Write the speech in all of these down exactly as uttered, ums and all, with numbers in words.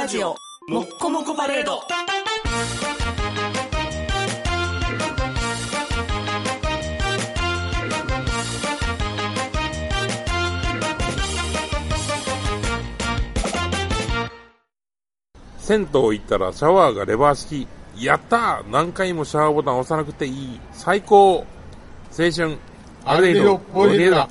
ラジオもっこもこパレード。 銭湯行ったらシャワーがレバー式。やったー、何回もシャワーボタン押さなくていい。最高。青春アルデヒドボディだ。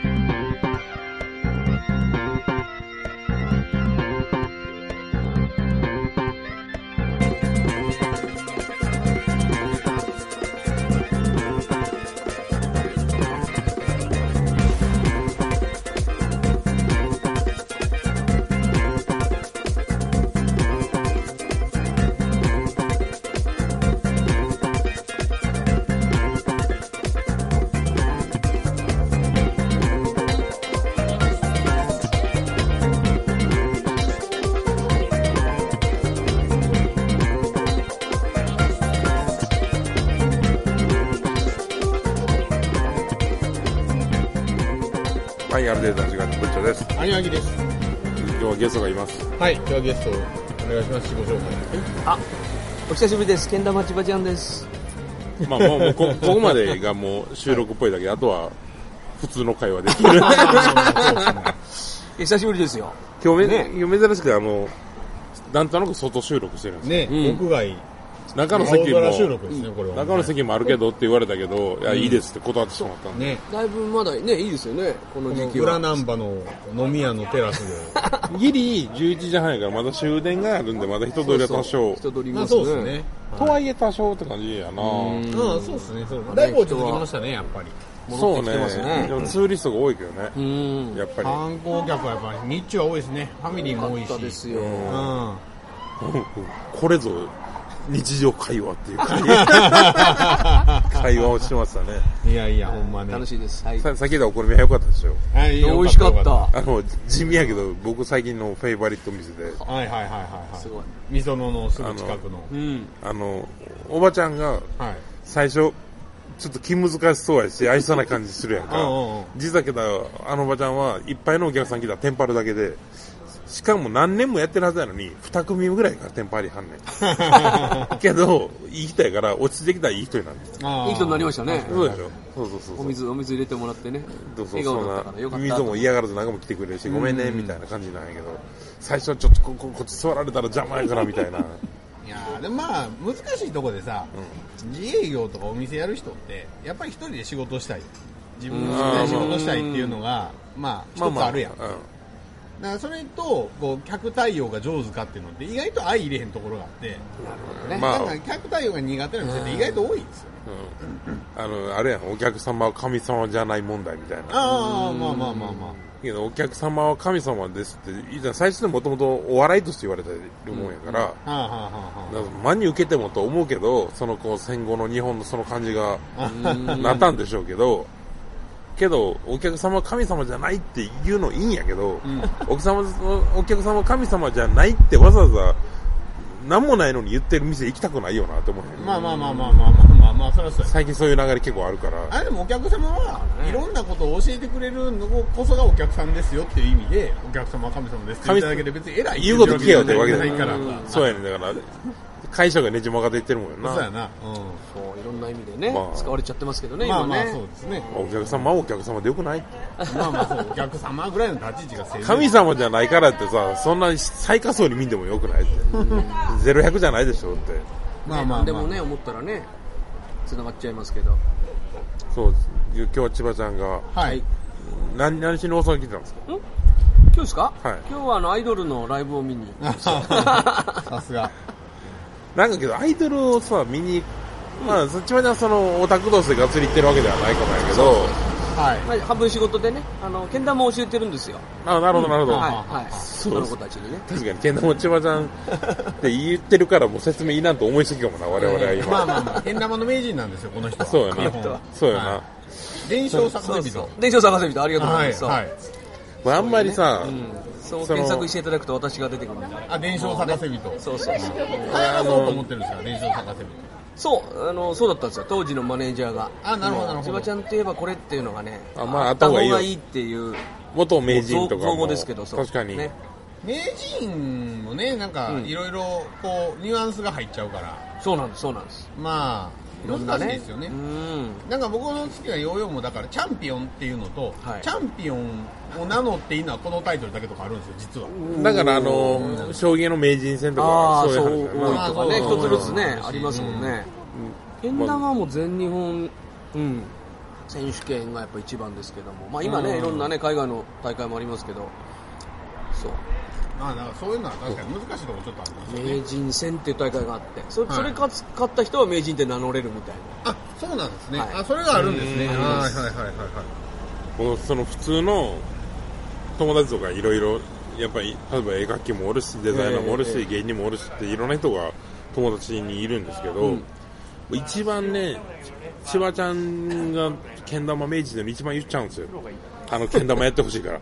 はい、ある程度の時間の部長です。 アニワギです。 今日はゲストがいます。 はい、今日はゲストお願いします。自己紹介。はい、 あ、お久しぶりです。けん玉千葉ちゃんです。 まあもうもう こ, ここまでがもう収録っぽいだけで、はい、あとは普通の会話できる。 久しぶりですよ。 今日め、 ね、 今珍しくあのなんとなく外収録してるんですね、うん、屋外。 中の席も、 ね、これは中の席もあるけどって言われたけど、いや、いいですって断ってしまったんで、 ね、だいぶまだね、いいですよね、この時期は。 裏難波の飲み屋のテラスでギリじゅういちじはんやからまだ終電があるんで、まだ人通りは多少、 人通りますね、 まあ、そうですね、 とはいえ多少って感じやな。 うん、そうですね、そうだいぶ落ち着きましたね、やっぱり。 そうね、でもツーリストが多いけどね、うん、やっぱり観光客はやっぱり日中は多いですね。ファミリーも多いしですよ、うんうん、これぞ日常会話っていう会話をしてましたね。 いやいや、ほんまね、 楽しいです。はい、 さ先でお好みは良かったでしょ。 はい、 美味しかった。 あの地味やけど僕最近のフェイバリット店で、 はいはいはいはいはい、すごい。みそののすぐ近くの、 あの、うん、あのおばちゃんが最初ちょっと気難しそうやし愛想な感じするやんか。実はけどあのおばちゃんはいっぱいのお客さん来たらテンパるだけで、しかも何年もやってるはずなのにに組ぐらいからテンパりはんねん。けどいい人やから落ちてきたらいい人になる。 いい人になりましたね。 そうでしょ。そうそうそうそう。 お水お水入れてもらってね。 そうそう、 笑顔だったからよかった。 水も嫌がらず何も来てくれるし、ごめんねみたいな感じなんやけど、最初はちょっとこここっち座られたら邪魔やからみたいな。 いやでもまあ難しいとこでさ、うん、自営業とかお店やる人ってやっぱり一人で仕事したい、自分で仕事したいっていうのがまあ一つあるやん。まあまあ、うん、だからそれとこう客対応が上手かっていうのって意外と相入れへんところがあって、なるほどね。まあ、だから客対応が苦手な店って意外と多いんですよね。 うん、あのあれやん、お客様は神様じゃない問題みたいな。 ああ、まあまあまあまあ。 けどお客様は神様ですって最初でもともとお笑いとして言われてるもんやから、真に受けてもと思うけど、そのこう戦後の日本のその感じがなったんでしょうけど。けどお客様は神様じゃないって言うのいいんやけど、うん、お客様お客様は神様じゃないってわざわざ何もないのに言ってる店行きたくないよなって思う。 まあまあまあまあまあまあまあまあ、それはそう。 最近そういう流れ結構あるから。 あ、でもお客様はいろんなことを教えてくれるのこそがお客さんですよっていう意味で、お客様は神様ですって言っただけで別に偉い言うこと聞けよってわけじゃないから。 そうやねん、だから会社がねじ曲がっていってるもんな。 そうやな。 うん。そう、いろんな意味でね、まあ、使われちゃってますけどね、 まあまあ今ね。 そうですね。 お客様はお客様でよくない？ まあまあそう、お客様ぐらいの立ち位置が正常。 神様じゃないからってさ、そんな最下層に見んでもよくないって。ゼロ百じゃないでしょって。 まあまあまあ。でもね、思ったらね、繋がっちゃいますけど。 そうです。今日は千葉ちゃんが、 はい。 何、何しに大阪来てたんですか？ん？ 今日ですか？はい。今日はあのアイドルのライブを見に。 さすが。 なんかけどアイドルをさ見に、うん、まあ千葉ちゃんそのオタク同士でがっつり行ってるわけではないかもやけど、 はい、まあ、半分仕事でね、あのけん玉を教えてるんですよ。 あ、なるほどなるほど。 はいはい。その子たちにね。 確かにけん玉千葉ちゃんって言ってるからもう説明いいなと思いすぎかもな我々は今。 まあまあまあけん玉の名人なんですよこの人は。 そうやな。そうやな。はい、 伝承探せ人。 伝承探せ人ありがとうございます。 はい。はい、 まああんまりさ。うんそう検索していただくと私が出てくるんで。 あ、伝承探せ人。 そうそうそう。 流行そうと思ってるんですか、伝承探せ人。 そう、あのそうだったんですよ。当時のマネージャーが。 あ、なるほどなるほど。 千葉ちゃんといえばこれっていうのがね、 あ、まああった方がいいっていう。 元名人とかも。 造語ですけど、そう。 確かに。 ね。 名人もねなんかいろいろこうニュアンスが入っちゃうから、 そうなんですそうなんです。 まあ難しいですよね。 うん、 なんか僕の好きなヨーヨーもだからチャンピオンっていうのと、はい、チャンピオンを名乗っていいのはこのタイトルだけとかあるんですよ実は。 だからあの将棋の名人戦とかそういう話とかね一つずつねありますもんね。けん玉も全日本、うん、選手権がやっぱ一番ですけども、まあ今ねいろんなね海外の大会もありますけど、そう。 まあ、なんかそういうのは確かに難しいところちょっとありますよね。 名人戦っていう大会があってそれ、はい、それ勝つ勝った人は名人って名乗れるみたいな。 あ、そうなんですね、はい、あそれがあるんですね。はいはいはいはいはい。その普通の友達とかいろいろやっぱり例えば絵描きもおるしデザイナーもおるし、えー、芸人もおるしっていろんな人が友達にいるんですけど、うん、一番ね千葉ちゃんがけん玉名人でも一番言っちゃうんですよ。あのけん玉やってほしいから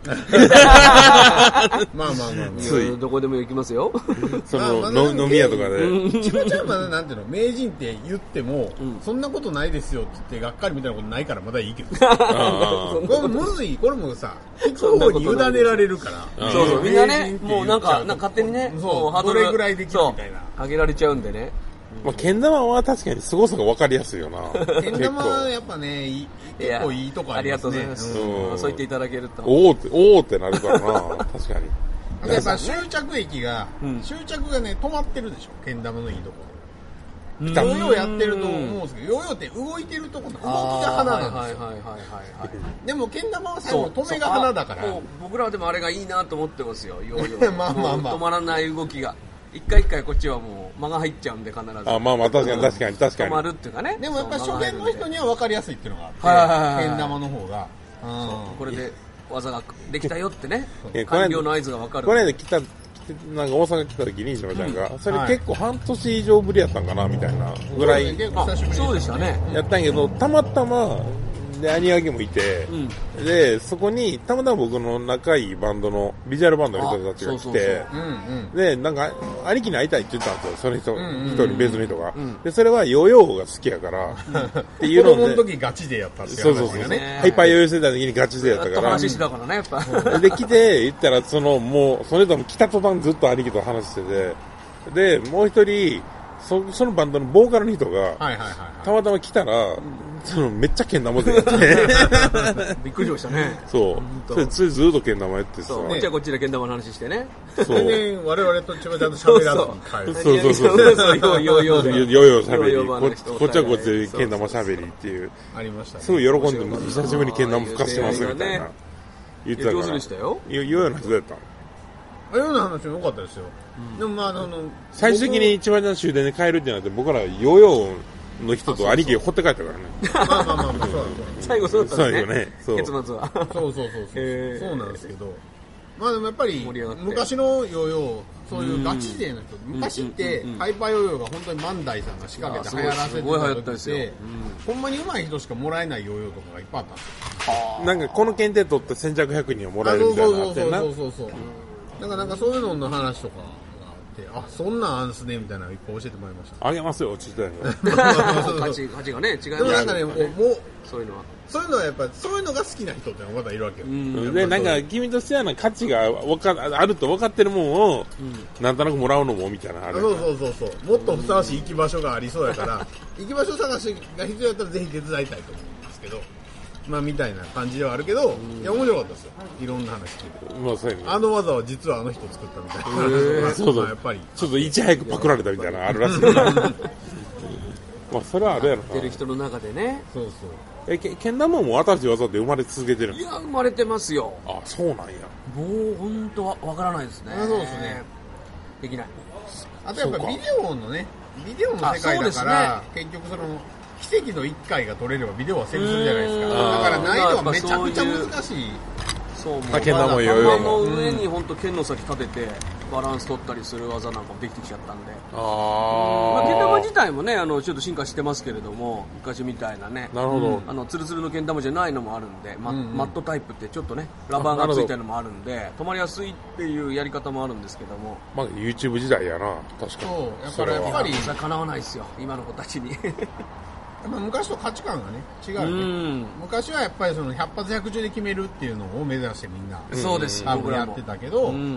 まあまあまあ、まあ、 ついどこでも行きますよその、まあまあ、飲み屋とかで千葉ちゃんはなんていうの名人って言っても、うん、そんなことないですよって言ってがっかりみたいなことないからまだいいけどこれむずい。これもさ聞く方に委ねられるからそうそうみんなねもうなんかなんか勝手にねそうどれぐらいできるみたいな上げられちゃうんでね。 まあ、けん玉は確かに凄さが分かりやすいよな。 けん玉はやっぱねい結構いいとこありますね。 ありがとうございます、うん、そう言っていただけるとおーっておーってなるからな確かにやっぱ終着駅が、うん、終着がね止まってるでしょけん玉のいいところ。ヨーヨーやってると思うんですけどヨーヨーって動いてるところの動きが花なんですよ。でもけん玉は最後止めが花だから僕らはでもあれがいいなと思ってますよヨーヨーまあまあまあ止まらない動きが一回一回こっちはもう間が入っちゃうんで必ずあまあまあ確かに確かに確かに止まるっていうかね。 でもやっぱ初見の人には分かりやすいっていうのがあってけん玉の方が、 うん、これで技ができたよってね完了の合図が分かる。 これで来たなんか大阪来た時に島ちゃんが、うん、それ結構半年以上ぶりやったんかなみたいなぐらい、 あそうでしたねやったんやけどたまたまで兄貴もいて、うん、でそこにたまたま僕の仲いいバンドのビジュアルバンドの人たちが来てでなんか兄貴に会いたいって言ったんですよその人、うんうんうん、一人別の人が、うん、でそれはヨーヨーが好きやからっていうので子供の時ガチでやったってそうそうそう、ね、ハイパーヨーヨー世代の時にガチでやったから話してたからねやっぱで来て言ったらそのもうその人も来た途端ずっと兄貴と話しててでもう一人そ, そのバンドのボーカルの人が、はいはいはいはい、たまたま来たら、うん、そのめっちゃけん玉でやってびっくりしましたね。 そうそれついずっとけん玉やってさこっちはこっちでけん玉の話してねそう全然我々と千葉ちゃんと喋らずに帰るそうそうそうそうヨーヨーヨーヨーヨー喋りこっちはこっちでけん玉喋りっていうありましたね。 すごい喜んで久しぶりにけん玉吹かしてますみたいな言ってたから上手でしたよ。 ヨーヨーの人どうやったのヨーヨーの話も良かったですよ、うん、でもまああの最終的に千葉ちゃん終電で帰るってなって僕らヨーヨーの人と兄貴を掘って帰ったからねまあまあまあまあそう最後そうだったんですね。 そうよねそう結末はそうそうそうそう、えー、そうなんですけどまあでもやっぱり昔のヨーヨーそういうガチ勢の人昔ってハイパーヨーヨーが本当に万代さんが仕掛けて流行らせてた時ってほんまに上手い人しかもらえないヨーヨーとかがいっぱいあったんですよ。 なんかこの検定取って先着ひゃくにんをもらえるみたいなのあってな。 そうそうそうそうそうだからなんかそういうのの話とかがあってあそんなんあんすねみたいなのをいっぱい教えてもらいました。 あげますよちっちゃいの価値価値がね違いますでもなんかねもうそういうのはそういうのはやっぱそういうのが好きな人ってのがまだいるわけよ。 うんでなんか君としては価値がわかあると分かってるもんを、うん、なんとなくもらうのもみたいなある。 そうそうそうそうもっとふさわしい行き場所がありそうやから行き場所探しが必要やったらぜひ手伝いたいと思うんですけどまあみたいな感じではあるけど、うん、いや面白かったですよいろんな話聞いて、 まあそうやね、 あの技は実はあの人作ったみたいな話とかそうそう、 まあ、やっぱりちょっといち早くパクられたみたいなのあるらしいなまあそれはあるやろなやってる人の中でね。 そうそうえけけん玉も新しい技で生まれ続けてるんですか。 いや生まれてますよ。 あそうなんや。 もう本当はわからないですね。 そうですねできない。 あとやっぱビデオのねビデオの世界だから、ね、結局その奇跡のいっかいが取れればビデオは成立するじゃないですか。だから難易度はめちゃくちゃ難しい。 そうもうけん玉もヨーヨーもの上に本当剣の先立ててバランス取ったりする技なんかもできてきちゃったんで。 ああ。 まあ、けん玉自体もねあのちょっと進化してますけれども昔みたいなね。 なるほど。 あのツルツルのけん玉じゃないのもあるんで、まうんうん、マットタイプってちょっとねラバーがついてるのもあるんで止まりやすいっていうやり方もあるんですけども。 まあ YouTube 時代やな確かに。 そうやっぱりやっぱりかなわないですよ今の子たちに。 昔と価値観がね違うよね。昔はやっぱりその百発百中で決めるっていうのを目指してみんなそうです多分やってたけど、うん、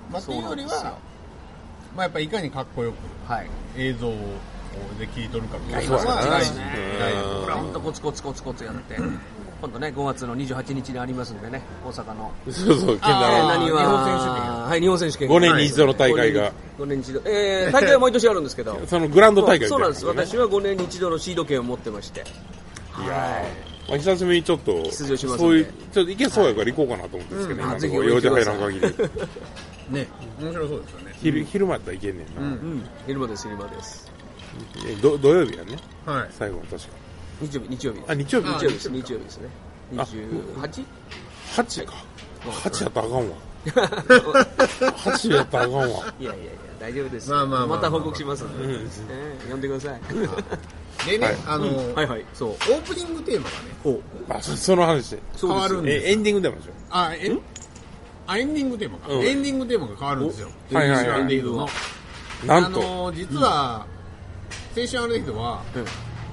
まあ、っていうよりは、まあ、やっぱいかにかっこよく、はい、映像をで切り取るかっていうのは大事ですね。 これは本当コツコツコツコツやって今度ねごがつのにじゅうはちにちにありますんでね、大阪のそうそう、 けん玉日本選手権、はい、日本選手権ごねんに一度の大会がごねんに一度、えー、大会は毎年あるんですけどそのグランド大会、 そうなんです。私はごねんに一度のシード権を持ってまして、いやー、まあ、久しぶりにちょっと出場しますんで、 そういうちょっといけそうやから行こうかなと思ってるんですけど、ね、うん、ぜひ用事入らん限りね、面白そうですよね。 昼昼間やったらいけんねんな、 うんうん、昼間です昼間です。 ど土曜日やね、 はい、 最後の確か日曜日日曜日あ日曜日日曜日です日曜日ですね。にじゅうはち？ はちか、はちやったらあかんわはちやったらあかんわ。いやいやいや大丈夫です。 まあまあまあまあ、 また報告しますんで、うん、えー、呼んでくださいでね、はい、あのーうん、はいはい、そうオープニングテーマがね、 おあ そ, その話で変わるんですよ。 えエンディングテーマでしょ。 あえあエンディングテーマか、うん、エンディングテーマが変わるんですよ。 はいはいはい。 エンディングのなんと、 あのー、実は、うん、青春アルデヒドは、うん、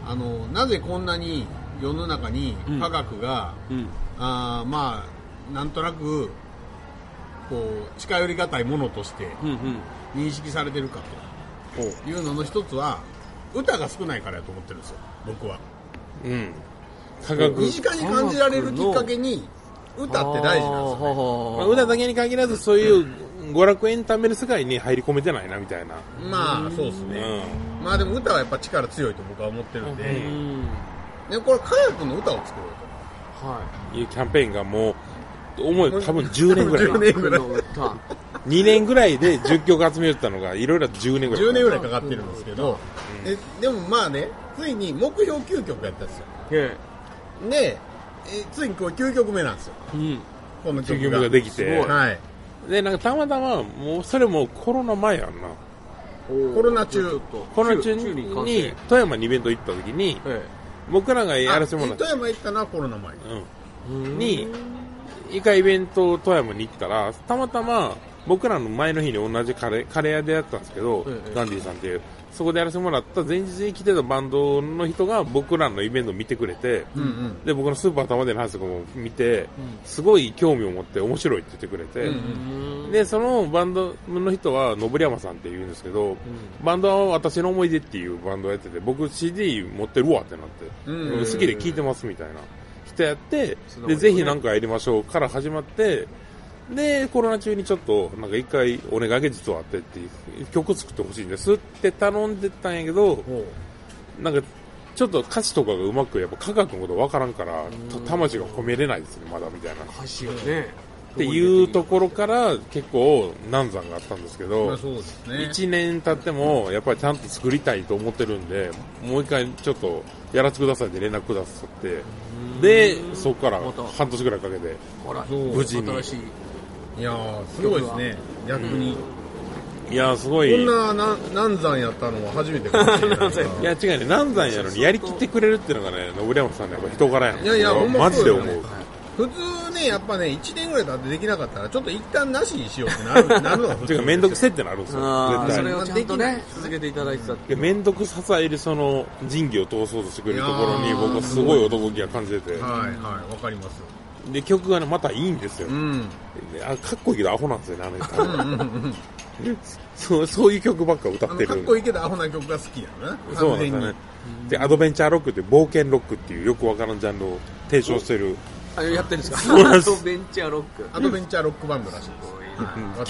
あのー、なぜこんなに世の中に科学が、うん、あまあなんとなくこう近寄りがたいものとして認識されてるかというのの一つは歌が少ないからやと思ってるんですよ、僕は。うん。科学身近に感じられるきっかけに歌って大事なんですよね。 まあ、歌だけに限らずそういう娯楽エンタメの世界に入り込めてないなみたいな。 まあそうですね、うん、まあでも歌はやっぱ力強いと僕は思ってるんで、うん、でこれ科学の歌を作ろうと、 はい、いうキャンペーンがもう思う多分じゅうねんぐらいじゅうねんぐらいにねんぐらいでじゅっきょく集めよったのがいろいろじゅうねんぐらいじゅうねんぐらいかかってるんですけど、うん、で, でもまあねついに目標きゅうきょくやったんですよ、うん、でえついにこれきゅうきょくめなんですよ、うん、この曲がきゅうきょくができて、 はい、 でなんかたまたまもうそれもコロナ前やんな、 コロナ中コロナ中に富山にイベント行った時に、ええ、僕らがやらせてもらった富山行ったのはコロナ前、 うん、に一回イベント富山に行ったらたまたま僕らの前の日に同じカレー、カレー屋でやったんですけど、ええ、ガンディさんっていうそこでやらせてもらった前日に来てたバンドの人が僕らのイベントを見てくれて、うんうん、で僕のスーパー玉での話とかも見て、うん、すごい興味を持って面白いって言ってくれて、うんうん、でそのバンドの人は信山さんって言うんですけど、うん、バンドは私の思い出っていうバンドをやってて僕 シーディー 持ってるわってなって、うんうん、好きで聴いてますみたいな人やって、でぜひ何かやりましょうから始まって、でコロナ中にちょっとなんか一回お願いが実はあってって曲作ってほしいんですって頼んでたんやけど、なんかちょっと歌詞とかがうまくやっぱ科学のこと分からんから魂が込めれないですねまだみたいな歌詞がねっていうところから結構難産があったんですけど、 まあそうですね、 いちねん経ってもやっぱりちゃんと作りたいと思ってるんでもう一回ちょっとやらせてくださいって連絡くださって、でそこから半年ぐらいかけて無事に、 いやーすごいですね逆に、 うん、いやーすごいこんなな難産やったのは初めてかもしれないいや違うね難産やのにやりきってくれるっていうのがね信山さんのやっぱ人柄やん。 いやいやほんまマジで思う、 普通ねやっぱねいちねんぐらい経ってできなかったらちょっと一旦なしにしようってなるなるのが普通めんどくせってなるんですよ絶対。 それをちゃんとね続けていただいてたってめんどくささえるその仁義を通そうとしてくれるところに僕はすごい男気が感じてて、 はいはいわかります。 で曲がねまたいいんですよ、うん、あかっこいいけどアホなんですよねあの人うんうん、うん、そうそういう曲ばっか歌ってる。 かっこいいけどアホな曲が好きやな。 そうなんですよね。でアドベンチャーロックって冒険ロックっていうよくわからんジャンルを提唱してる、 あやってるんですか。アドベンチャーロックアドベンチャーロックバンドらしいです、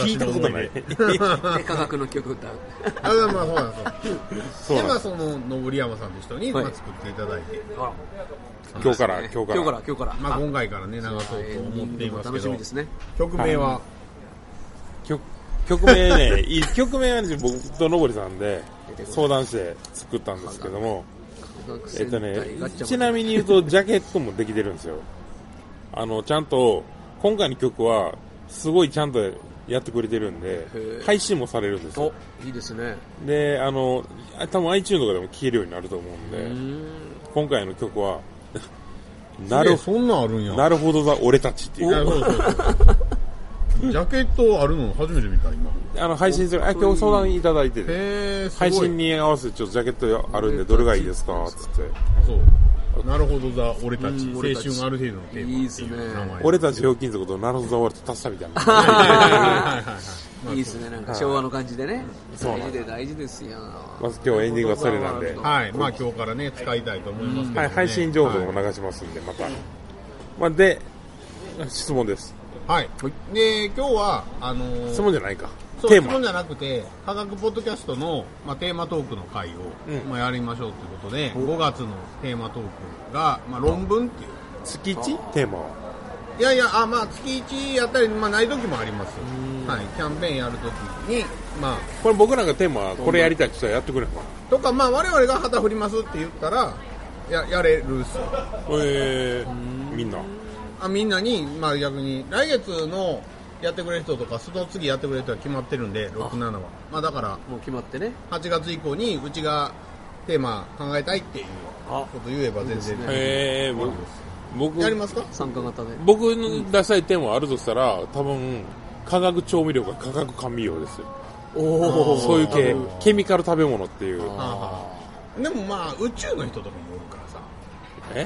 聞いたことないで科学の曲歌うあまあそうなんですよでまあその信山さんの人に、はい、まあ、作っていただいて、あ今日から今日から今日から今日からまあ今回からね流そうと思っていますけど、 楽しみですね。 曲名は、はい、 曲曲名ねいい曲名は、ね、僕とのぼりさんで相談して作ったんですけども、えっとねちなみに言うとジャケットもできてるんですよ。あのちゃんと今回の曲はすごいちゃんとやってくれてるんで配信もされるんですよ。 いいですね。 であの多分 iTunes とかでも聴けるようになると思うんで、ん今回の曲はなるそんなんあるんや。 なるほどだ俺たちっていう。 そうそうそうジャケットあるの初めて見た今。 あの配信するあ今日相談いただいてて配信に合わせてちょっとジャケットあるんでどれがいいですかつって。 そうなるほどザ俺たち青春ある程度のテーマっていう名前。 俺たちひょうきん族となるほどザ俺と足したみたいな。 いいですね、なんか昭和の感じでね。大事で大事ですよ。 まず今日エンディングはそれなんで。 はい。まあ今日からね、使いたいと思いますけど、ね。はい。 配信情報も流しますんで、また。まあ、で、質問です。 はい。で、今日は、あのー、 質問じゃないか。 テーマ。質問じゃなくて、科学ポッドキャストの、まあ、テーマトークの回を、うん、まあ、やりましょうということで、ごがつのテーマトークが、まあ、論文っていう。 月いちテーマはいやいや、あ、まあ、月いちやったり、まあ、ない時もあります。はい。キャンペーンやる時に、まあ。 これ僕なんかテーマ、これやりたいって人はやってくれるのかなとか、まあ、我々が旗振りますって言ったら、や、やれるっす。 えー、みんな。 あ、みんなに、まあ、逆に、来月の、やってくれる人とか、その次やってくれる人は決まってるんで、ろく、ななは。まあだから、 もう決まってね。 はちがつ以降に、うちがテーマ考えたいっていうこと言えば全然。 へぇー、僕、 やりますか参加型で。 僕の出したいテーマあるとしたら、多分、化学調味料か化学甘味料ですよ。おそういう系、ケミカル食べ物っていう。 でもまあ、宇宙の人とかもおるからさ。 え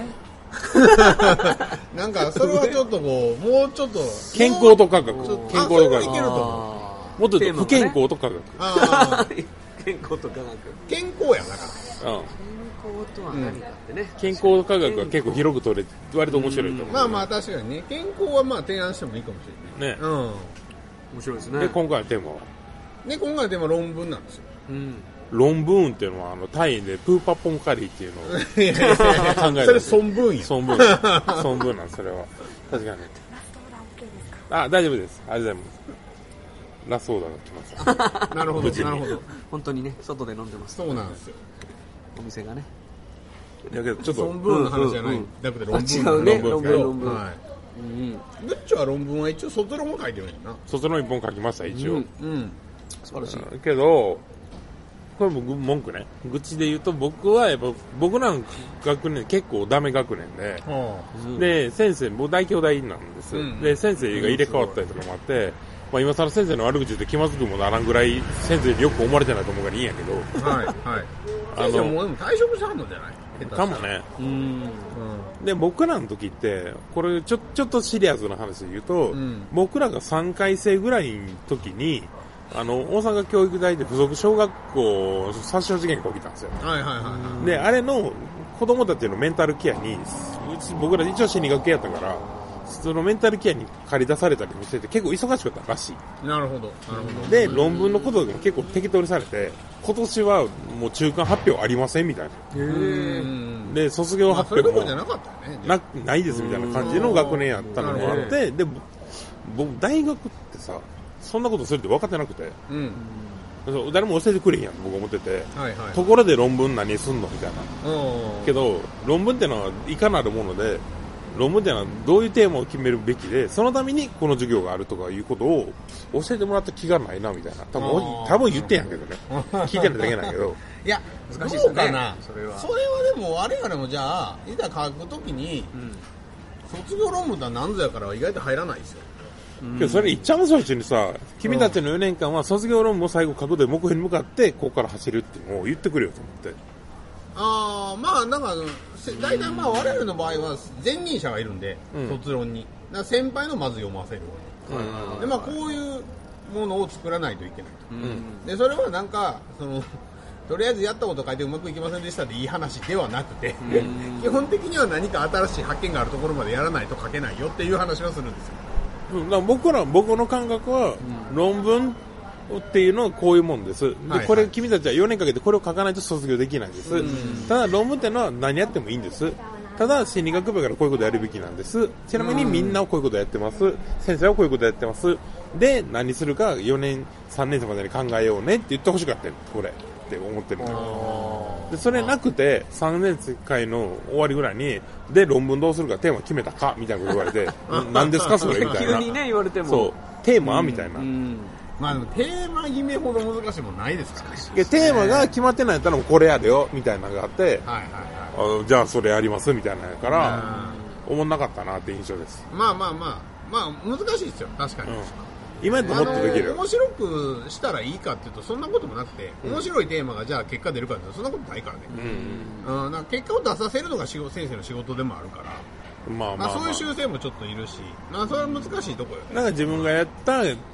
なんかそれはちょっとこうもうちょっと健康と科学健康と科学いけると思うもっと言うと不健康と科学あ健康と科学健康やなから、うん、健康とは何かってね、うん、 健康と科学は結構広く取れて割と面白いと思う、 まあまあ確かにね健康はまあ提案してもいいかもしれないね、うん、 面白いですね。 で今回のテーマはね今回のテーマ論文なんですよ、 うん論文っていうのはあのタイでプーパッポンカリーっていうのを考えるそれ孫文や孫文孫文なんそれは確かにあ大丈夫ですありがとうございますラスオーダーが来ましたなるほどなるほど本当にね外で飲んでますそうなんですよお店がねいやけどちょっと孫文の話じゃない、うんうん、だけど論文違うね論文論文、 はいうん、グッチョは論文は一応卒論も書いてるんやな卒論一本書きました一応、うんうん、素晴らしいけどこれも文句ね愚痴で言うと僕はやっぱ僕らの学年結構ダメ学年で、うん、で先生僕大兄弟なんです、うん、で先生が入れ替わったりとかもあって、まあ、今更先生の悪口で気まずくもならんぐらい先生によく思われてないと思うからいいんやけどはいはいあの先生もうでも退職したのじゃないかもねうん、で僕らの時ってこれちょちょっとシリアスな話で言うと、うん、僕らがさんかい生ぐらいの時にあの大阪教育大で附属小学校殺傷事件が起きたんですよ。 はいはいはい、はい。 であれの子供たちのメンタルケアにうち僕ら一応心理学系やったからそのメンタルケアに借り出されたりもしてて結構忙しかったらしい。 なるほどなるほど。 で論文のことでも結構適当にされて今年はもう中間発表ありませんみたいな。へー。で卒業発表も、 まあ、そういうことじゃなかったよね。 なないですみたいな感じの学年やったのもあってで僕大学ってさそんなことするって分かってなくて、うん、誰も教えてくれへんやん僕思ってて、はいはい、ところで論文何すんのみたいなけど論文ってのはいかなるもので論文ってのはどういうテーマを決めるべきでそのためにこの授業があるとかいうことを教えてもらった気がないなみたいな多分多分言ってんやけどね聞いてるだけなんやけどいや難しいですねかなそれはそれはでも我々もじゃあいざ書くときに、うん、卒業論文とは何ぞやから意外と入らないですよけどそれいっちゃん最初にさ君たちのよねんかんは卒業論文を最後書くで目標に向かってここから走るっていうのを言ってくれよと思ってああまあなんか大体まあ我々の場合は前任者がいるんで、うん、卒論にだから先輩のまず読ませる、うん、でまあこういうものを作らないといけないと、うん、でそれはなんかそのとりあえずやったこと書いてうまくいきませんでしたっていい話ではなくて基本的には何か新しい発見があるところまでやらないと書けないよっていう話をするんですようん、だから僕ら僕の感覚は、うん、論文っていうのはこういうもんです。で、はいはい、これ君たちはよねんかけてこれを書かないと卒業できないんです。うん、ただ論文っていうのは何やってもいいんです。ただ心理学部からこういうことやるべきなんです。ちなみにみんなはこういうことやってます。先生はこういうことやってます。で何するかよねんさんねん生までに考えようねって言ってほしかったよこれって思ってるんだよ。でそれなくてさんねん生の終わりぐらいにで論文どうするかテーマ決めたかみたいなこと言われて何ですかそれみたいな急にね言われてもそうテーマみたいな、うんうん、 まあでもテーマ決めほど難しいもんないですからねテーマが決まってないやったらこれやでよみたいなのがあって、はいはいはい、あじゃあそれやりますみたいなのやから思んなかったなって印象です。 まあまあまあまあ難しいですよ確かに、うん今やともっとできる。 面白くしたらいいかっていうとそんなこともなくて、うん、面白いテーマがじゃあ結果出るかってそんなことないからね、うんうん、なんか結果を出させるのが仕事先生の仕事でもあるから、まあまあまあまあ、そういう修正もちょっといるし、まあ、それは難しいところよね。 なんか自分がやった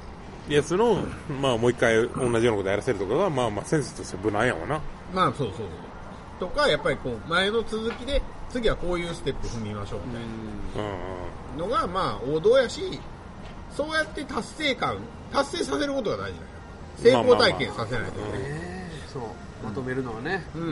やつの、まあもう一回同じようなことやらせるとかが、まあまあセンスとして無難やわな。 まあそうそうそう。とか、やっぱりこう、前の続きで、次はこういうステップ踏みましょうみたいなのが、まあ王道やし、そうやって達成感、達成させることが大事だよ。成功体験させないとね。 そう、まとめるのはね。うん。うん、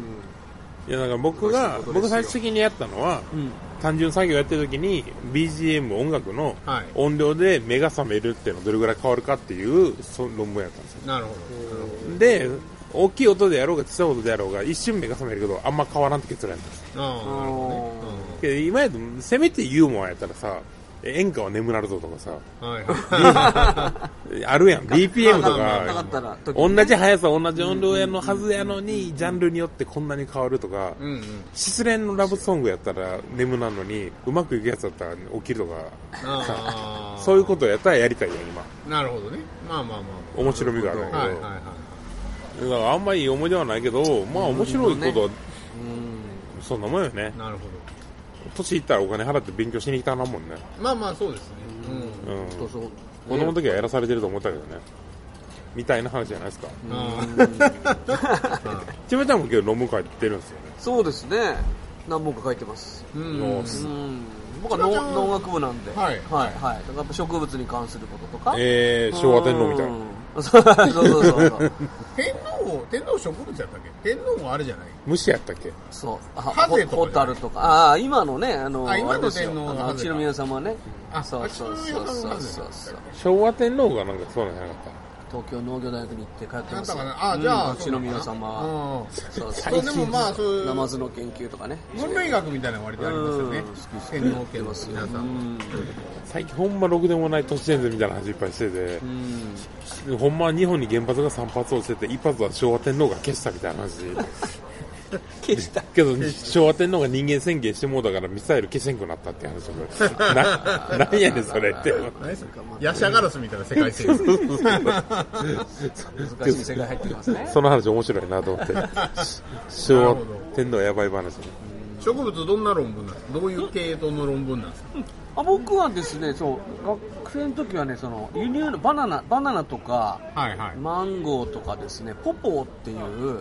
いやだから僕が、僕最終的にやったのは、うん、単純作業やってる時に ビージーエム 音楽の音量で目が覚めるっていうのどれぐらい変わるかっていう論文やったんですよ。 なるほど。 で、大きい音でやろうが小さい音でやろうが一瞬目が覚めるけどあんま変わらんって結論やったんですよ。ああ、なるほどね。けど今やとせめてユーモアやったらさ、演歌は眠なるぞとかさ、はいはい、あるやん ビーピーエム とか同じ速さ同じ音量やのはずやのにジャンルによってこんなに変わるとか、うんうん、失恋のラブソングやったら眠なるのにうまくいくやつだったら起きるとかさ、そういうことやったらやりたいよ今。なるほどね。まあまあまあ面白みがあるんだけど、はいはいはい、だからあんまりいい思い出はないけど、まあ面白いことは、うん、そんなもんよね。 なるほど。 年いったらお金払って勉強しに来たなもんね。 まあまあそうですね。うん。うん、 そうそう。子供の時はやらされてると思ったけどね。みたいな話じゃないですか。うん。ちめちゃんも今日論文書いてるんですよね。 そうですね。何本か書いてます。うん。うん僕は農農学部なんで。はい。はい。はい。だから植物に関することとか。 えー、昭和天皇みたいな。 そうそうそうそう。 天皇、天皇植物やったっけ？天皇はあれじゃない？ 虫やったっけ？ そう。 ハゼとか。 ホタルとか。ああ、今のね、あの、 あ、今の天皇の秋篠宮様ね。 あ、そうそうそうそうそう。 昭和天皇がなんかそうなんじゃなかった？ 東京農業大学に行って帰ってますよ。 あ、じゃあ、 秋篠宮様。 そうそう。でもまあ、そういう。 ナマズの研究とかね。 分類学みたいなの割とありますよね。天皇家の皆さん。 最近ほんまろくでもない都市伝説みたいな話いっぱいしてて、ほんま日本に原発がさん発落ちてて、いっ発は昭和天皇が消したみたいな話。 消したけど昭和天皇が人間宣言してもうだからミサイル消せんくなったって話をな何やねんそれってヤシャガラスみたいな世界線難しい世界入ってますね。 その話面白いなと思って昭和天皇やばい話。 植物どんな論文なんですか？どういう系統の論文なんですか？ あ僕はですね、そう学生の時はね、その輸入のバナナバナナとか、はいはい、マンゴーとかですね、ポポーっていう、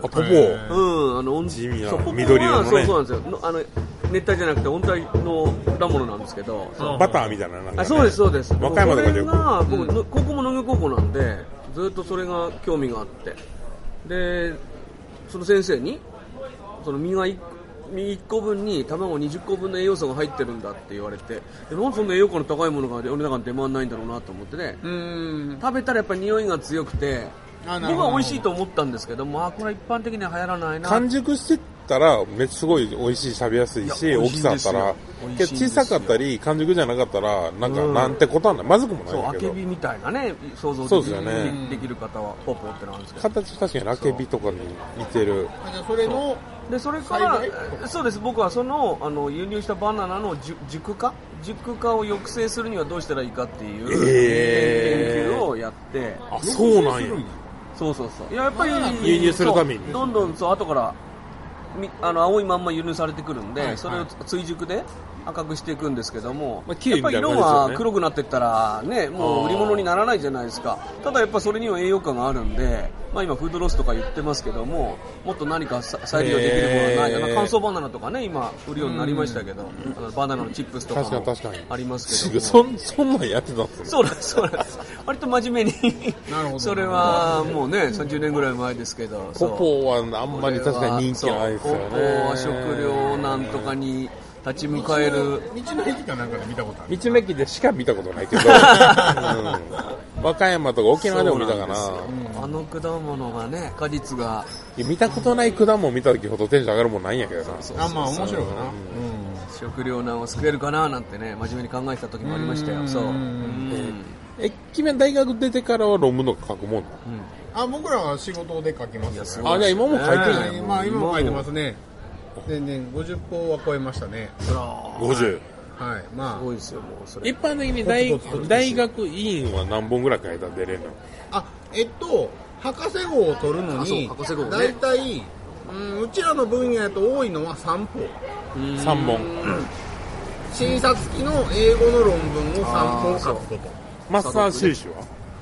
あポポー、 うん、あの地味な緑色のね、 そうそうなんですよ。あの熱帯じゃなくて温帯の果物なんですけど、 バターみたいななんか、ね、 あそうですそうです。 和歌山とかでよく、 僕、うん、高校も農業高校なんでずっとそれが興味があって、でその先生にその実がいっいっこぶんに卵にじゅっこぶんの栄養素が入ってるんだって言われて、なんでそんな栄養価の高いものが世の中に出回らないんだろうなと思ってね、うーん食べたらやっぱり匂いが強くて僕は美味しいと思ったんですけど、まあこれは一般的には流行らないな。 完熟してたらめっちゃすごい美味しい、食べやすいし、大きさあったら小さかったり完熟じゃなかったらなんかなんてことはない、まずくもないけど、 そうあけびみたいなね想像できる、ね、できる方はポポってなんですけど、 形確かにあけびとかに似てる。 じゃあそれのでそれからそうです、僕はそのあの輸入したバナナの熟化熟化を抑制するにはどうしたらいいかっていう、えー、研究をやって。 あ、そうなんや。 そうそうそう。いややっぱり輸入するためにどんどんそう後からあの青いまんま輸入されてくるんで、はいはい、それを追熟で赤くしていくんですけども、まあ、やっぱり色が黒くなっていったらね、もう売り物にならないじゃないですか。ただやっぱそれには栄養価があるんで、まあ、今フードロスとか言ってますけども、もっと何か再利用できるものはない、あの乾燥バナナとかね今売るようになりましたけど、あのバナナのチップスとかもありますけども、 そ, そんなんやってたんですね。 そうなんですそうなんです割と真面目にそれはもうねさんじゅうねんぐらい前ですけど、 ポポはあんまり確かに人気ないですよね。 ポポは食料なんとかに立ち向かえる。 道の駅かなんかで見たことある。 道の駅でしか見たことないけど、うん、和歌山とか沖縄でも見たかな。 あの果物がね、果実が見たことない果物を見た時ほどテンション上がるもんないんやけどな。 あ、まあ面白いかな、うん、 食糧難を救えるかななんてね真面目に考えてた時もありましたよ。そう、うん、 え、君は大学出てからは論文とか書くもんなの？ うん、あ、僕らは仕事で書きますよ。 あ、じゃあ今も書いてるんや、 えー、まあ今も書いてますね。全然ごじゅっぽは超えましたね。 ごじゅう、はい、まあすごいですよもうそれ。 一般的に 大, 大学院は何本ぐらい書いたら出れるの？ あ、えっと博士号を取るのにだいたい、うん、うちらの分野だと多いのはさんぽんさんぼん、 診察付きの英語の論文をさんぽん書くこと。 マスター修士は？ はい、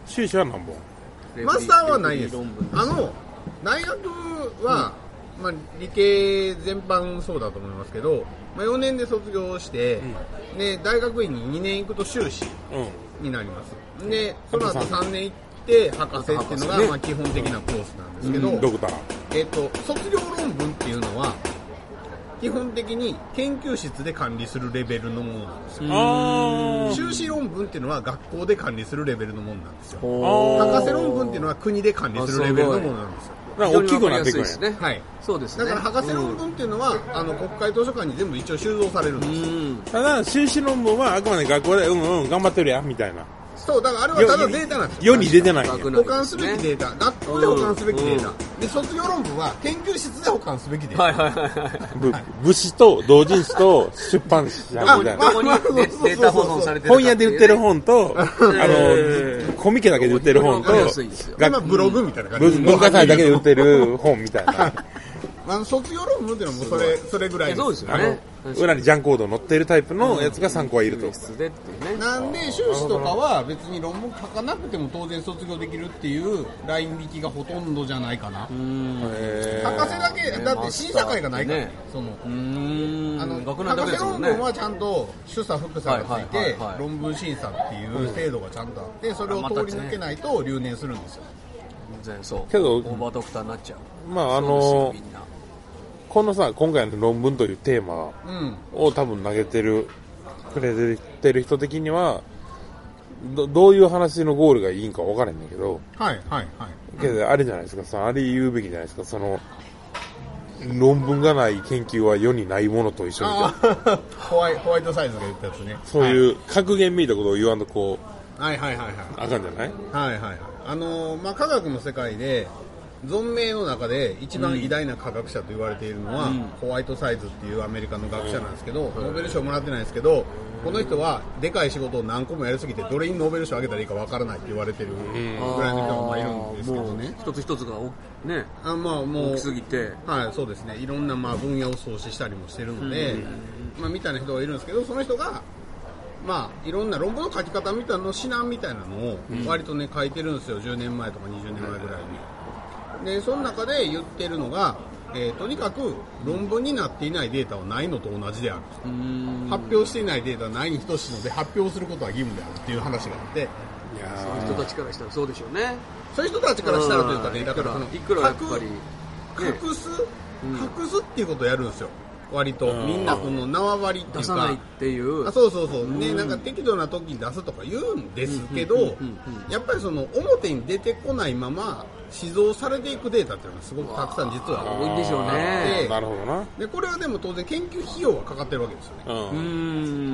修士は何本？ マスターはないです。あの大学は、うん、まあ、理系全般そうだと思いますけど、まあ、よねんで卒業して、うん、で大学院ににねん行くと修士になります、うん、でその後さんねん行って博士っていうのが、まあ、基本的なコースなんですけど、うん、 ドクター、 えーと、卒業論文っていうのは基本的に研究室で管理するレベルのものなんですよ。あ修士論文っていうのは学校で管理するレベルのものなんですよ。博士論文っていうのは国で管理するレベルのものなんですよ。 だから大きくなっていくんですね。はい。そうですね。だから博士論文っていうのは、うん、あの国会図書館に全部一応収蔵されるんですよ。うんただ修士論文はあくまで学校でうんうん頑張ってるやみたいな。 そうだからあれはただデータなんですよ。世に出てないんや。 保管すべきデータ、学校で保管すべきデータ、うん、で卒業論文は研究室で保管すべきデータ。はいはいはいはい。部誌と同人誌と出版社みたいな。 ここにデータ保存されてる。 本屋で売ってる本とあのコミケだけで売ってる本と、 今ブログみたいな感じ。 文化祭だけで売ってる本みたいな。 あの卒業論文っていうのはもうそれそれぐらいです。 そうですよね。 裏にジャンコード載ってるタイプのやつがさんこはいると。 なんで修士とかは別に論文書かなくても当然卒業できるっていうライン引きがほとんどじゃないかな。博士だけだって審査会がないからね。そのあの博士論文はちゃんと主査副査がついて論文審査っていう制度がちゃんとあってそれを通り抜けないと留年するんですよ。 全然そう。 けどオーバードクターになっちゃう。 まああのこのさ今回の論文というテーマを多分投げてるくれてる人的には ど, どういう話のゴールがいいんか分からへんねんけど、 はいはいはい。 けどあれじゃないですか、そのあれ言うべきじゃないですか、その論文がない研究は世にないものと一緒みたいな。 ホワイホワイトサイズが言ったやつね。 そういう格言見たことを言わんとこう、はいはいはいはい。 あかんじゃない？ はいはいはい。あのー、まあ科学の世界で。存命の中で一番偉大な科学者と言われているのは、うん、ホワイトサイズっていうアメリカの学者なんですけど、うん、ノーベル賞もらってないんですけど、この人はでかい仕事を何個もやりすぎてどれにノーベル賞あげたらいいかわからないって言われてるぐらいの人がいるんですけどね。 一つ一つがね、 あまあもう大きすぎて、 はいそうですね。いろんなまあ分野を創始したりもしてるので、うん、まあみたいな人がいるんですけど、その人がまあいろんな論文の書き方みたいなの指南みたいなのを割とね書いてるんですよ。じゅうねんまえとかにじゅうねんまえぐらいに。でその中で言ってるのが、えー、とにかく論文になっていないデータはないのと同じである。発表していないデータはないに等しいので発表することは義務であるっていう話があって、いやそういう人たちからしたらそうでしょうね。 そういう人たちからしたらというかね、だからそのいくらやっぱり隠す隠すっていうことをやるんですよ。割とみんなこの縄張りっていうか出さないっていうあそうそうそう、うん、ねなんか適度な時に出すとか言うんですけど、やっぱりその表に出てこないまま試蔵されていくデータっていうのがすごくたくさん実は多いんでしょうね。 なるほどな。 でこれはでも当然研究費用はかかってるわけですよね。うん、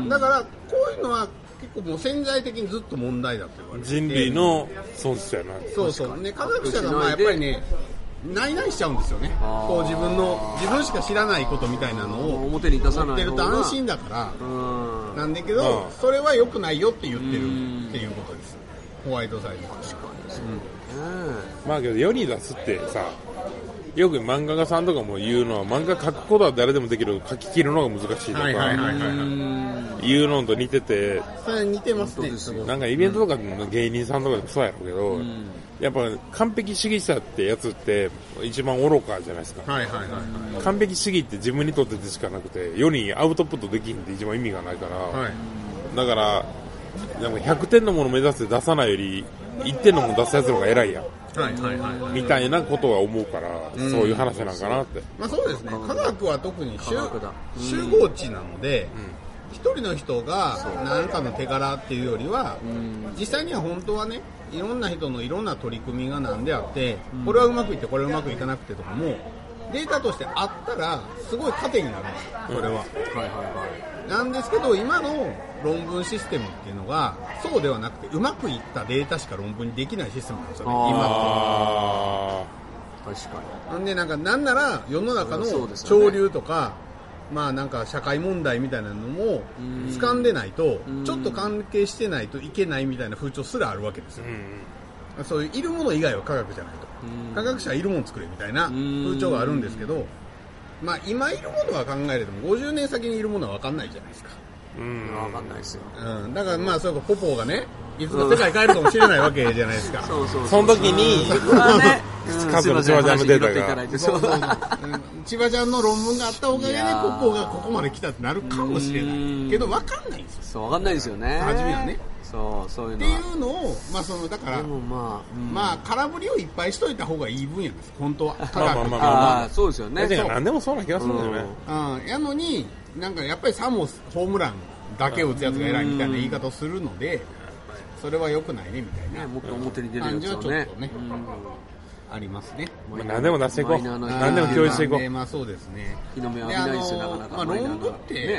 だからこういうのは結構もう潜在的にずっと問題だって言われてて、 人類の損失やな。 そうそうね、科学者がまあやっぱりねないないしちゃうんですよね。こう自分の自分しか知らないことみたいなのを表に出さない持ってると安心だからなんだけど、それは良くないよって言ってるっていうことです。ホワイトサイズ。確かにですね。 まあけど世に出すってさ、よく漫画家さんとかも言うのは漫画描くことは誰でもできる、描き切るのが難しいとかいうのと似てて、 それ似てますね。 なんかイベントとかの芸人さんとかでもそうやろうけど、やっぱ完璧主義者ってやつって一番愚かじゃないですか。 はいはいはいはい、 完璧主義って自分にとってでしかなくて世にアウトプットできんって一番意味がないから、はい、だからなんかひゃくてんのものを目指して出さないよりいってんのもの出すやつの方が偉いやん、はいはいはい、みたいなことは思うから、うん、そういう話なんかなって。 まあそうですね。科学は特に 集, 集合値なので、うん、一人の人が何かの手柄っていうよりは、うん、実際には本当はねいろんな人のいろんな取り組みがなんであって、うん、これはうまくいってこれはうまくいかなくてとかもデータとしてあったらすごい糧になるんですよ、これは、うんはいはいはい、なんですけど今の論文システムっていうのがそうではなくてうまくいったデータしか論文にできないシステムなんですよね今って。確かに。なんでなんかなんなら世の中の潮流とか、まあなんか社会問題みたいなのも掴んでないとちょっと関係してないといけないみたいな風潮すらあるわけですよ。そういういるもの以外は科学じゃないと、科学者はいるもの作れみたいな風潮があるんですけど、まあ今いるものは考えれてもごじゅうねん先にいるものは分かんないじゃないですか。 うん分かんないですよ、 うん、だからまあそういうポポーがねいつか世界変えるかもしれないわけじゃないですか。 そうそうそう。 その時に、数の千葉ちゃんのデータが。 そうそうそう。千葉ちゃんの論文があったおかげで、ポッポがここまで来たってなるかもしれない。けど、わかんないんですよ。 そう、わかんないですよね。 初めはね。 そう、そういうの。 っていうのを、まあ、その、だから、 まあ、 まあ、空振りをいっぱいしといた方がいい分野です。本当は。 まあまあまあまあ、そうですよね。 何でもそうな気がするんだよね。 うん。やのに、なんかやっぱりさもホームランだけ打つやつが偉いみたいな言い方をするので、それは良くないねみたいな。 もっと表に出るやつはね。 感じはちょっとね。ありますね。 まあ、何でも出していこう。何でも共有していこう。 まあそうですね。 日の目浴びないですよ、なかなか。 まあ論文って、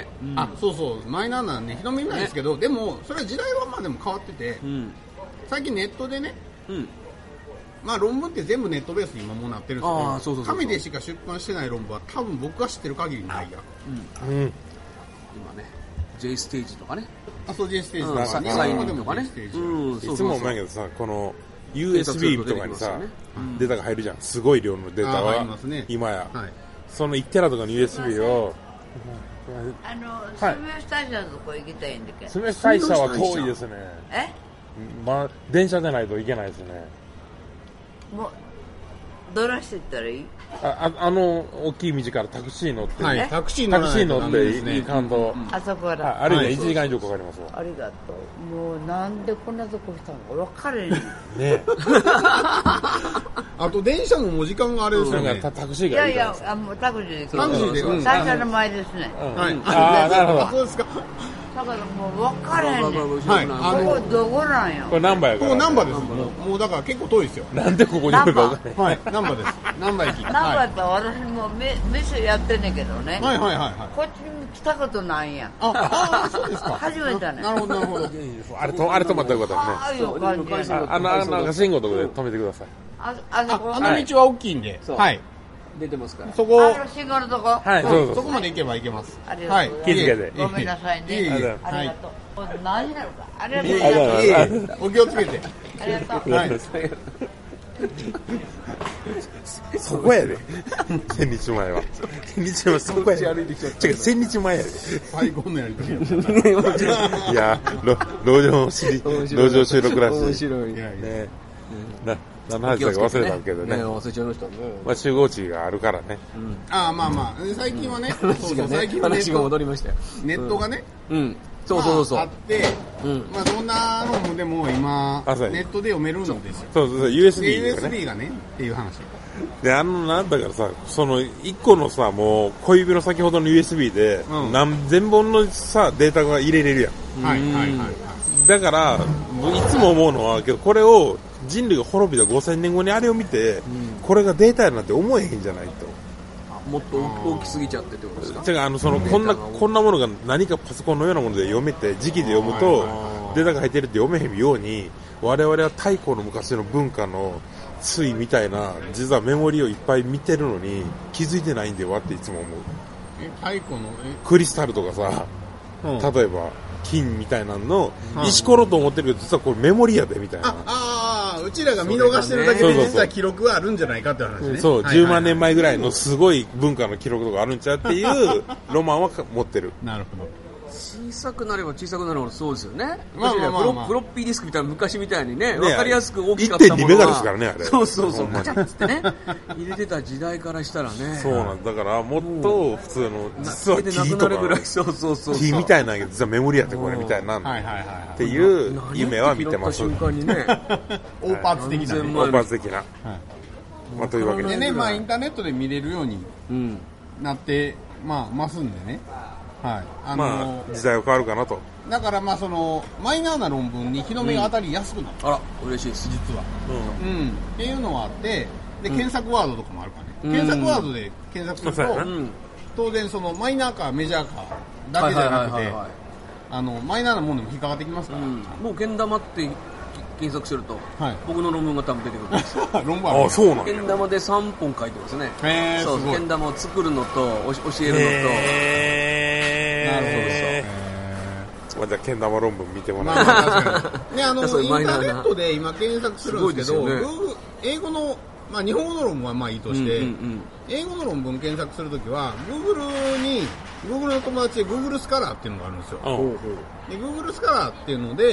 あ、そうそう、マイナーなんで日の目見ないですけど、でも、それは時代はまあでも変わってて、最近ネットでね、まあ論文って全部ネットベースに今もうなってるんですけど、紙でしか出版してない論文は多分僕が知ってる限りないや。 今ね、J ステージとかね。 あ、そう J ステージとか、 サインとかね。 いつも思うけどさ、この、ユーエスビー とかにさ、データが入るじゃん。すごい量のデータは、今や。そのいちテラとかの ユーエスビー を、 あの、住吉大社のとこ行きたいんだけど。 住吉大社は遠いですね。 えまあ、電車でないといけないですね。 もう、どらしていったらいい？ あ、あの、大きい道からタクシー乗って、 はい、タクシー乗っていい感動。 あそこから。 あるいはいちじかん以上かかりますわ。 ありがとう。もうなんでこんなとこ来たのか分かれへん。ねえ。 あと電車のもう時間があれですよね。 タクシーがいい。 いやいや、あもうタクシーで。 タクシーで。 大社の前ですね。 はい。 ああ、なるほど。 そうですか。 だからもう分かれへんねん。 はい。 ここどこなんや。 これナンバーやから。 ここナンバーです。もうだから結構遠いですよ。 なんでここにあるか分かんない。 はい。ナンバーです。ナンバー駅。 ナンバーやったら私も店やってんねんけどね。 はいはいはい。 こっちに来たことないやん。 あ、そうですか。 初めてね。 なるほどなるほど。 あれとあれ止まったらよかったね。 ああいう感じ。 あのあの赤信号のとこで止めてください。 ああのあの道は大きいんで。はい。 出てますから。 そこ。 あの信号のとこ。 はい、そうそう。 そこまで行けば行けます。 ありがとう。 気付けて。 ごめんなさいね。ありがとう。何になるか。ありがとう。 いえいえ。お気をつけて。 ありがとう。 はい。 そこやで。千日前は。千日前はそこやで。違う、千日前やで。 最高のやりとりや。 いや、路上路上収録らしい。 面白い。 ね。な、何の話だか忘れたけどね。 忘れちゃいましたね。 まあ集合値があるからね。 ああ、まあまあ、最近はね、 最近は話が戻りましたよ。 ネットがね、 うん。そうそうそう。 あって、まあどんな論文でも今、ネットで読めるんですよ。 そうそうそう、ユーエスビーユーエスビー がね、っていう話。 で、あの、なんだからさ、その、一個のさ、もう、小指の先ほどの ユーエスビー で、何千本のさ、データが入れれるやん。 はいはいはい。 だから、いつも思うのは、けど、これを、人類が滅びたごせんねんごにあれを見て、これがデータやなんて思えへんじゃないと。 もっと大きすぎちゃってってことですか？ 違う、あの、その、こんな、こんなものが何かパソコンのようなもので読めて、時期で読むと、データが入ってるって読めへんように、我々は太古の昔の文化の推みたいな、実はメモリをいっぱい見てるのに、気づいてないんではっていつも思う。 え、太古の、えクリスタルとかさ、例えば、金みたいなの、石ころと思ってるけど、実はこれメモリやで、みたいな。 ああ、うちらが見逃してるだけで、実は記録があるんじゃないかって話ね。 そう、じゅうまんねんまえぐらいのすごい文化の記録とかあるんちゃうっていうロマンは持ってる。 なるほど。 小さくなれば小さくなるほどそうですよね。 まあまあまあまあ、 フロッピーディスクみたいな昔みたいにね、わかりやすく大きかったものはいってんに メガですからね、あれ。 そうそうそう、ガチャッつってね、入れてた時代からしたらね。 そうなんだから、もっと普通の、実は木とか、 そうそうそう。 木みたいなのが実はメモリやってこれみたいな、っていう夢は見てます。 瞬間にね、大パーツ的な。 大パーツ的な。まあ、というわけでね、まあインターネットで見れるようになって、まあ、ますんでね。はい、あのー、 まあ時代は変わるかなと。 だからまあそのマイナーな論文に日の目が当たりやすくなる、 うん、あら嬉しいです実は、うんうん、っていうのはあってで、検索ワードとかもあるからね、うん、検索ワードで検索すると、うん、当然そのマイナーかメジャーかだけじゃなくてあのマイナーなものでも引っかかってきますから、うん、 もうけん玉って検索すると、はい、僕の論文が多分出てくるんですよ論文あるあそうなんだけん玉でさんぽん書いてますねへーそうけん玉を作るのと教えるのとへなるほどそうまあ、じゃあけん玉論文見てもらう、 まあ、確かにねあのインターネットで今検索するんですけど、ね、英語のまあ日本語の論文はまあいいとして、うんうんうん、英語の論文検索するときは Google に Google の友達で Google スカラーっていうのがあるんですよ、うん、で Google スカラーっていうので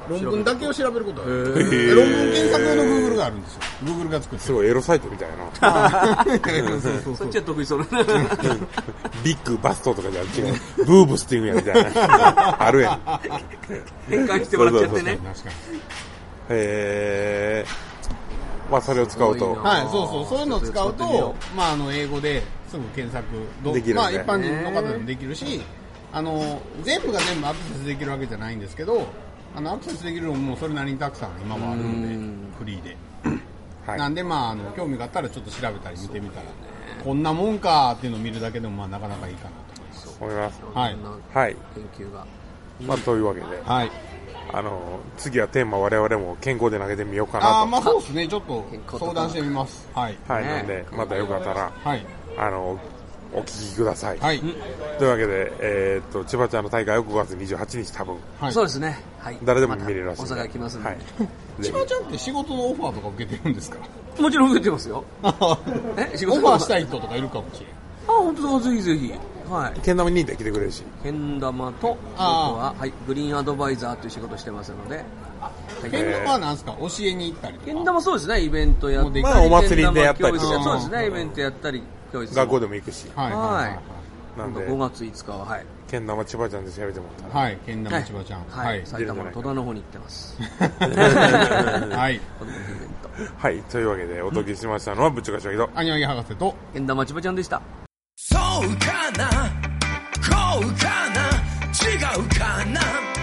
論文だけを調べることがある。論文検索用の Google があるんですよ。Google が作ってる。 すごいエロサイトみたいな。 そっちは得意そうな。 ビッグバストとかじゃ違う。ブーブスっていうんやみたいな。あるやん。 変換してもらっちゃってね。 確かに。 へー。まあそれを使うと。 はい、そうそう。そういうのを使うと、まああの、英語ですぐ検索できる、ね。 まあ一般人の方でもできるし、あの、全部が全部アクセスできるわけじゃないんですけど、あの、アクセスできるのもそれなりにたくさん今はあるので、フリーで。はい、なんでまあ、あの、興味があったらちょっと調べたり見てみたら、ね、こんなもんかっていうのを見るだけでもまあなかなかいいかなと思います。 はい。 はい。 研究が。 まあというわけで。 はい。 あの、次はテーマ我々も健康で投げてみようかなと。 ああ、まあそうですね。ちょっと相談してみます。はい。 はい。なんで、またよかったら、 はい。 あの、お聞きください。 はい。 というわけで、えっと、千葉ちゃんの大会はごがつにじゅうはちにち多分。 はい。そうですね。はい。 誰でも見れるらしい。 大阪行きますんで。はい。 千葉ちゃんって仕事のオファーとか受けてるんですか？ もちろん受けてますよ。 え、仕事オファーしたい人とかいるかもしれん。 あ、本当だ、ぜひぜひ。はい。 けん玉にて来てくれるし。 けん玉と、僕は、はい、グリーンアドバイザーという仕事してますので。 けん玉は何すか？教えに行ったりとか。 けん玉そうですね、イベントやったり。 まあお祭りでやったり。 そうですね、イベントやったり、教室。 学校でも行くし。 はい。はい。 なんでごがついつかは、はい。 けん玉千葉ちゃんで調べてもらったら。 はい、けん玉千葉ちゃん。 はい。埼玉の戸田の方に行ってます。 はい。 はい、というわけでお届けしましたのはぶっちゃかしわけど。 アニワギ博士と、 けん玉千葉ちゃんでした。 そうかなこうかな違うかな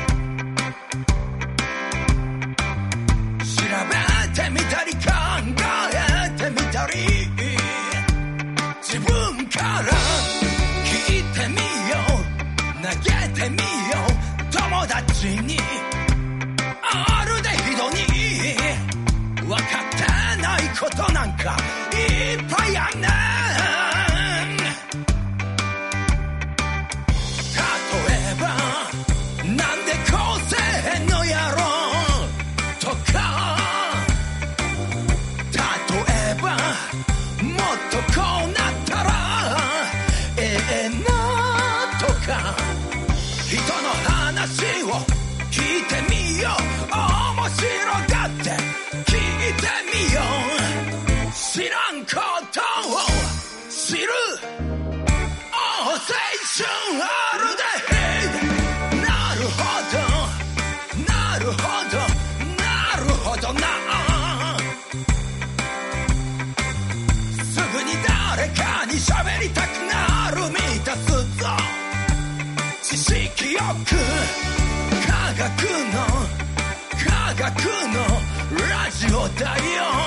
調べてみたり考えてみたり自分から聞いてみよう投げてみよう友達にあるでひどに分かってないことなんかいっぱいあんねん聞いてみよう面白がって聞いてみよう知らんことを知る青春あるでなるほどなるほどなるほどなすぐに誰かに喋りたくなる満たすぞ知識よく科学の科学のラジオだよ